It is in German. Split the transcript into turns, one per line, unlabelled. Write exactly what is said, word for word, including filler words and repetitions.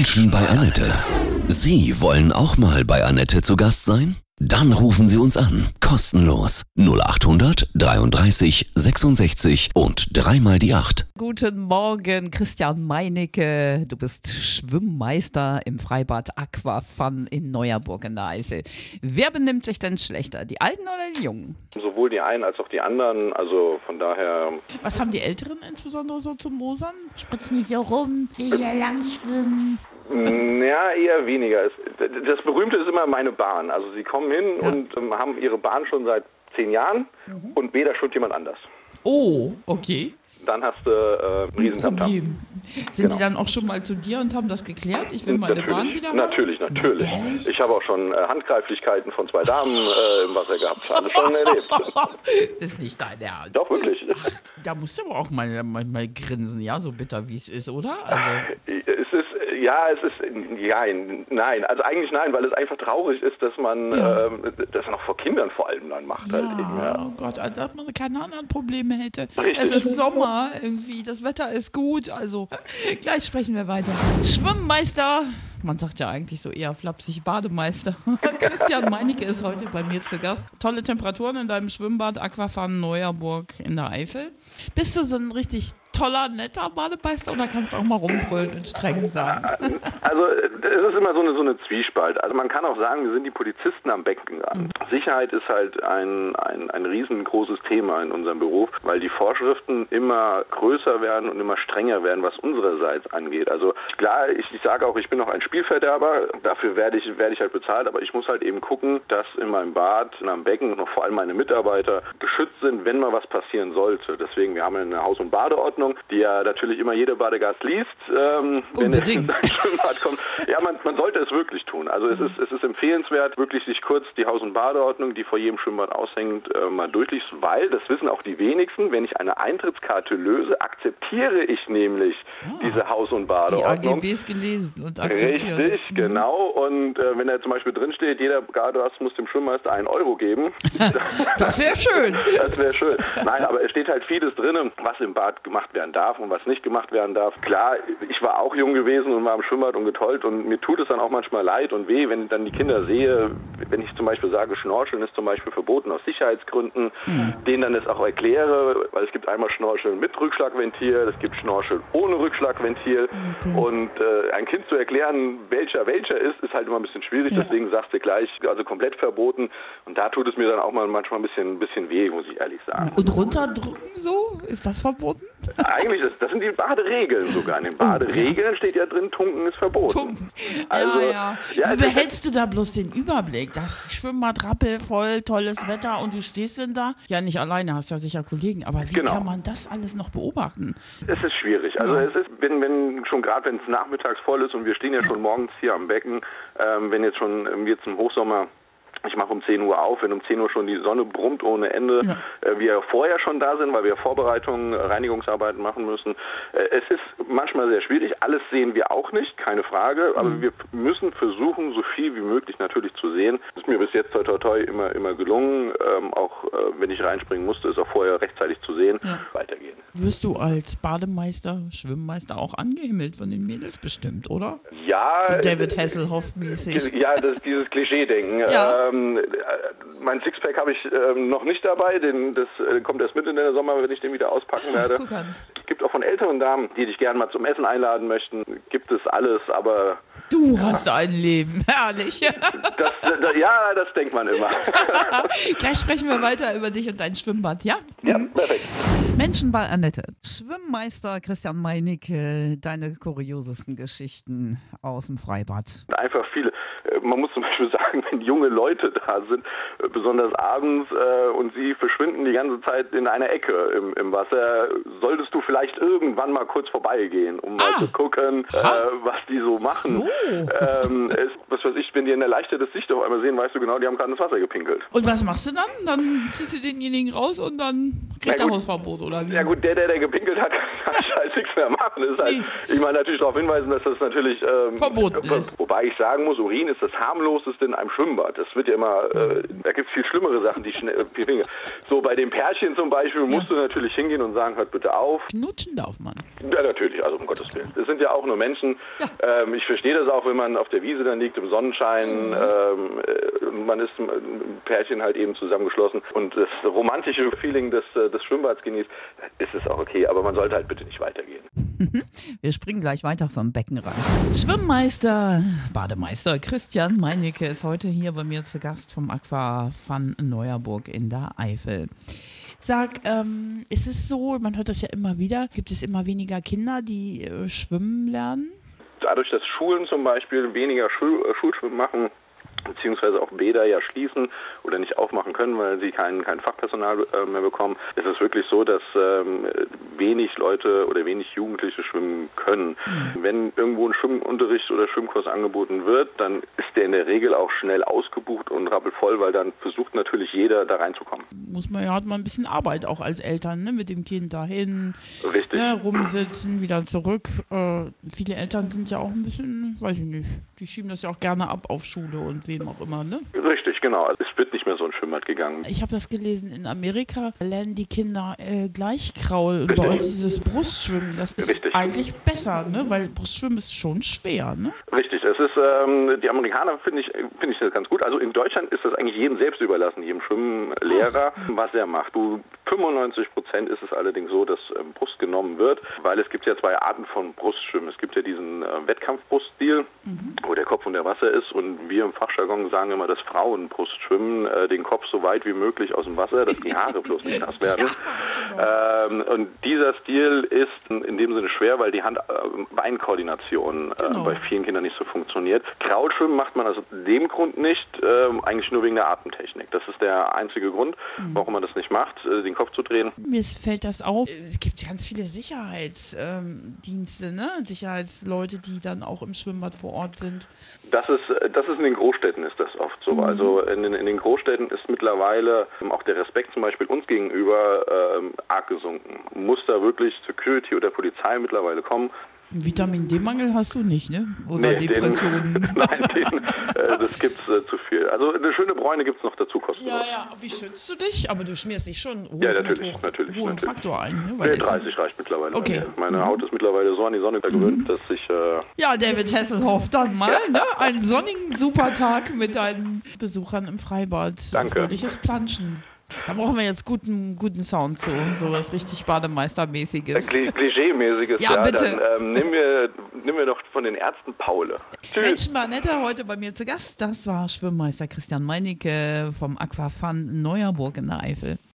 Menschen bei Annette. Sie wollen auch mal bei Annette zu Gast sein? Dann rufen Sie uns an. Kostenlos. null acht hundert dreiunddreißig sechsundsechzig und dreimal die acht.
Guten Morgen, Christian Meinecke. Du bist Schwimmmeister im Freibad Aquafun in Neuerburg in der Eifel. Wer benimmt sich denn schlechter, die Alten oder die Jungen?
Sowohl die einen als auch die anderen, also von daher...
Was haben die Älteren insbesondere so zum Mosern?
Spritz nicht so rum, will ja lang schwimmen.
Ja, eher weniger. Das Berühmte ist immer meine Bahn. Also sie kommen hin
Ja.
und ähm, haben ihre Bahn schon seit zehn Jahren
Mhm.
und weder schwimmt jemand anders.
Oh, okay.
Dann hast du äh, einen riesen Tamtam.
Problem. Sind Sie dann auch schon mal zu dir und haben das geklärt? Ich will meine
Natürlich,
Bahn wieder haben?
Natürlich, natürlich.
Ehrlich?
Ich habe auch schon äh, Handgreiflichkeiten von zwei Damen äh, im Wasser gehabt. Alles schon erlebt.
Das ist nicht dein Ernst.
Doch, wirklich.
Da musst du aber auch mal, mal, mal grinsen, ja, so bitter wie es ist, oder? Also,
Es ist, ja, es ist, ja, nein, also eigentlich nein, weil es einfach traurig ist, dass man
Ja.
ähm, das noch vor Kindern vor allem dann macht. Halt eben,
ja,
ja.
oh Gott, als ob man keine anderen Probleme hätte.
Richtig.
Es ist Sommer irgendwie, das Wetter ist gut, also gleich sprechen wir weiter. Schwimmmeister, man sagt ja eigentlich so eher flapsig Bademeister. Christian Meinecke ist heute bei mir zu Gast. Tolle Temperaturen in deinem Schwimmbad Aquafun Neuerburg in der Eifel. Bist du so ein richtig toller, netter Bademeister oder kannst du auch mal rumbrüllen und streng sein?
Also es ist immer so eine, so eine Zwiespalt. Also man kann auch sagen, wir sind die Polizisten am Beckenrand. Mhm. Sicherheit ist halt ein, ein, ein riesengroßes Thema in unserem Beruf, weil die Vorschriften immer größer werden und immer strenger werden, was unsererseits angeht. Also klar, ich, ich sage auch, ich bin auch ein Spielverderber, dafür werde ich, werde ich halt bezahlt, aber ich muss halt eben gucken, dass in meinem Bad, in meinem Becken und vor allem meine Mitarbeiter geschützt sind, wenn mal was passieren sollte. Deswegen, wir haben eine Haus- und Badeordnung, die ja natürlich immer jeder Badegast liest, ähm, wenn er in sein Schwimmbad kommt. Ja, man, man sollte es wirklich tun. Also es ist, es ist empfehlenswert, wirklich sich kurz die Haus- und Badeordnung, die vor jedem Schwimmbad aushängt, äh, mal durchliest, weil, das wissen auch die wenigsten, wenn ich eine Eintrittskarte löse, akzeptiere ich nämlich
Ah,
diese Haus- und
die
Badeordnung.
A G Bs gelesen und akzeptiert.
Richtig, genau. Und äh, wenn da zum Beispiel drinsteht, jeder Badegast muss dem Schwimmmeister einen Euro geben.
Das wäre schön.
Das wäre schön. Nein, aber es steht halt vieles drin, was im Bad gemacht werden darf und was nicht gemacht werden darf. Klar, ich war auch jung gewesen und war im Schwimmbad und getollt und mir tut es dann auch manchmal leid und weh, wenn ich dann die Kinder sehe, wenn ich zum Beispiel sage, Schnorcheln ist zum Beispiel verboten aus Sicherheitsgründen, mhm. denen dann das auch erkläre, weil es gibt einmal Schnorcheln mit Rückschlagventil, es gibt Schnorcheln ohne Rückschlagventil okay. und äh, ein Kind zu erklären, welcher welcher ist, ist halt immer ein bisschen schwierig, ja. Deswegen sagst du gleich, also komplett verboten und da tut es mir dann auch mal manchmal ein bisschen, ein bisschen weh, muss ich ehrlich sagen.
Und runterdrücken so? Ist das verboten?
Eigentlich, das, das sind die Baderegeln sogar. In den Baderegeln steht ja drin, Tunken ist verboten.
Tunken.
Also,
ja, ja.
ja,
Wie behältst du da bloß den Überblick? Das Schwimmbad rappelvoll, tolles Wetter und du stehst denn da? Ja, nicht alleine, hast ja sicher Kollegen, aber wie
genau.
kann man das alles noch beobachten?
Es ist schwierig. Also ja. es ist, wenn, wenn schon gerade wenn es nachmittags voll ist und wir stehen ja schon morgens hier am Becken, ähm, wenn jetzt schon ähm, jetzt im Hochsommer ich mache um zehn Uhr auf, wenn um zehn Uhr schon die Sonne brummt ohne Ende, ja. äh, wir vorher schon da sind, weil wir Vorbereitungen, Reinigungsarbeiten machen müssen. Äh, es ist manchmal sehr schwierig, alles sehen wir auch nicht, keine Frage, aber mhm. wir müssen versuchen, so viel wie möglich natürlich zu sehen. Das ist mir bis jetzt toi toi toi immer, immer gelungen, ähm, auch äh, wenn ich reinspringen musste, ist auch vorher rechtzeitig zu sehen, ja. weitergehen.
Wirst du als Bademeister, Schwimmmeister auch angehimmelt von den Mädels bestimmt, oder?
Ja.
So David Hasselhoff-mäßig.
Ja, das, dieses Klischee-Denken.
Ja.
Ähm, mein Sixpack habe ich ähm, noch nicht dabei, den, das äh, kommt erst mitten in der Sommer, wenn ich den wieder auspacken werde. Es gibt auch von älteren Damen, die dich gerne mal zum Essen einladen möchten, gibt es alles, aber...
Du ja. hast ein Leben, herrlich.
Das, das, ja, das denkt man immer.
Gleich sprechen wir weiter über dich und dein Schwimmbad, ja?
Ja, perfekt.
Menschen bei Annette. Schwimmmeister Christian Meinecke, deine kuriosesten Geschichten aus dem Freibad.
Einfach viele. Man muss zum Beispiel sagen, wenn junge Leute da sind, besonders abends, äh, und sie verschwinden die ganze Zeit in einer Ecke im, im Wasser, solltest du vielleicht irgendwann mal kurz vorbeigehen, um mal ah. zu gucken, äh, was die so machen.
So.
Ähm, es, was weiß ich, wenn die in der erleichtertes Sicht auf einmal sehen, weißt du genau, die haben gerade ins Wasser gepinkelt.
Und was machst du dann? Dann ziehst du denjenigen raus und dann kriegt er Hausverbot, oder wie?
Ja gut, der, der, der gepinkelt hat, kann halt nichts mehr machen. Das ist halt, nee. Ich meine natürlich darauf hinweisen, dass das natürlich ähm,
verboten ist.
Wobei ich sagen muss, Urin ist ist das harmloseste in einem Schwimmbad. Das wird ja immer, äh, da gibt es viel schlimmere Sachen, die schnell, viel weniger. So bei den Pärchen zum Beispiel musst ja. du natürlich hingehen und sagen, hört bitte auf.
Knutschen darf man.
Ja, natürlich, also um Gottes Willen. Das sind ja auch nur Menschen. Ja. Ähm, ich verstehe das auch, wenn man auf der Wiese dann liegt im Sonnenschein. Mhm. Ähm, man ist ein Pärchen halt eben zusammengeschlossen und das romantische Feeling des, des Schwimmbads genießt, ist es auch okay. Aber man sollte halt bitte nicht weitergehen.
Wir springen gleich weiter vom Beckenrand. Schwimmmeister, Bademeister Christian Meinecke ist heute hier bei mir zu Gast vom Aquafun Neuerburg in der Eifel. Sag, ähm, ist es so, man hört das ja immer wieder, gibt es immer weniger Kinder, die äh, schwimmen lernen?
Dadurch, dass Schulen zum Beispiel weniger Schul- äh, Schulschwimmen machen, beziehungsweise auch Bäder ja schließen oder nicht aufmachen können, weil sie kein, kein Fachpersonal äh, mehr bekommen, ist es wirklich so, dass ähm, wenig Leute oder wenig Jugendliche schwimmen können. Mhm. Wenn irgendwo ein Schwimmunterricht oder Schwimmkurs angeboten wird, dann ist der in der Regel auch schnell ausgebucht und rappelvoll, weil dann versucht natürlich jeder da reinzukommen.
Muss man ja, hat man ein bisschen Arbeit auch als Eltern, ne? Mit dem Kind dahin,
Richtig.
Ne? Rumsitzen, wieder zurück. Äh, viele Eltern sind ja auch ein bisschen, weiß ich nicht, die schieben das ja auch gerne ab auf Schule und wem auch immer, ne?
Richtig, genau. Es wird nicht mehr so ein Schwimmbad gegangen.
Ich habe das gelesen, in Amerika lernen die Kinder äh, Gleichkraul. Und bei uns dieses Brustschwimmen, das ist Richtig. Eigentlich besser, ne? Weil Brustschwimmen ist schon schwer, ne?
Richtig, es ist, ähm, die Amerikaner finde ich, finde ich das ganz gut. Also in Deutschland ist das eigentlich jedem selbst überlassen, jedem Schwimmlehrer, Ach. was er macht. Du, fünfundneunzig Prozent ist es allerdings so, dass ähm, Brust genommen wird, weil es gibt ja zwei Arten von Brustschwimmen. Es gibt ja diesen äh, Wettkampfbruststil, mhm. wo der Kopf unter Wasser ist und wir im Fachjargon sagen immer, dass Frauen Brustschwimmen, äh, den Kopf so weit wie möglich aus dem Wasser, dass die Haare bloß nicht nass werden. Ähm, und dieser Stil ist in dem Sinne schwer, weil die Hand-Bein-Koordination äh, genau. bei vielen Kindern nicht so funktioniert. Kraulschwimmen macht man also dem Grund nicht, äh, eigentlich nur wegen der Atemtechnik. Das ist der einzige Grund, mhm. warum man das nicht macht, äh, den Kopf zu drehen.
Mir fällt das auf. Es gibt ganz viele Sicherheitsdienste, ähm, ne? Sicherheitsleute, die dann auch im Schwimmbad vor Ort sind.
Das ist, das ist in den Großstädten ist das oft so. Mhm. Also in den, in den Großstädten ist mittlerweile auch der Respekt zum Beispiel uns gegenüber ähm, arg gesunken. Muss da wirklich Security oder Polizei mittlerweile kommen?
Vitamin-D-Mangel hast du nicht, ne? Oder nee, Depressionen?
Den, nein, den, äh, das gibt's äh, zu viel. Also eine schöne Bräune gibt's noch dazu kostenlos.
Ja, ja. Wie schützt du dich? Aber du schmierst dich schon hoch
ja, natürlich,
hoch,
natürlich,
hohen
natürlich.
Faktor ein. Ne?
Weil nee, dreißig reicht mittlerweile.
Okay.
Meine
mhm.
Haut ist mittlerweile so an die Sonne gewöhnt, mhm. dass ich... Äh
ja, David Hasselhoff, dann mal ja. ne? einen sonnigen Supertag mit deinen Besuchern im Freibad.
Danke.
Fröhliches Planschen. Da brauchen wir jetzt guten, guten Sound zu, so was richtig Bademeistermäßiges.
Klischee-mäßiges,
ja,
ja.
bitte.
Dann ähm, nehmen, wir, nehmen wir doch von den Ärzten Paule.
Mensch, war netter heute bei mir zu Gast. Das war Schwimmmeister Christian Meinecke vom Aquafun Neuerburg in der Eifel.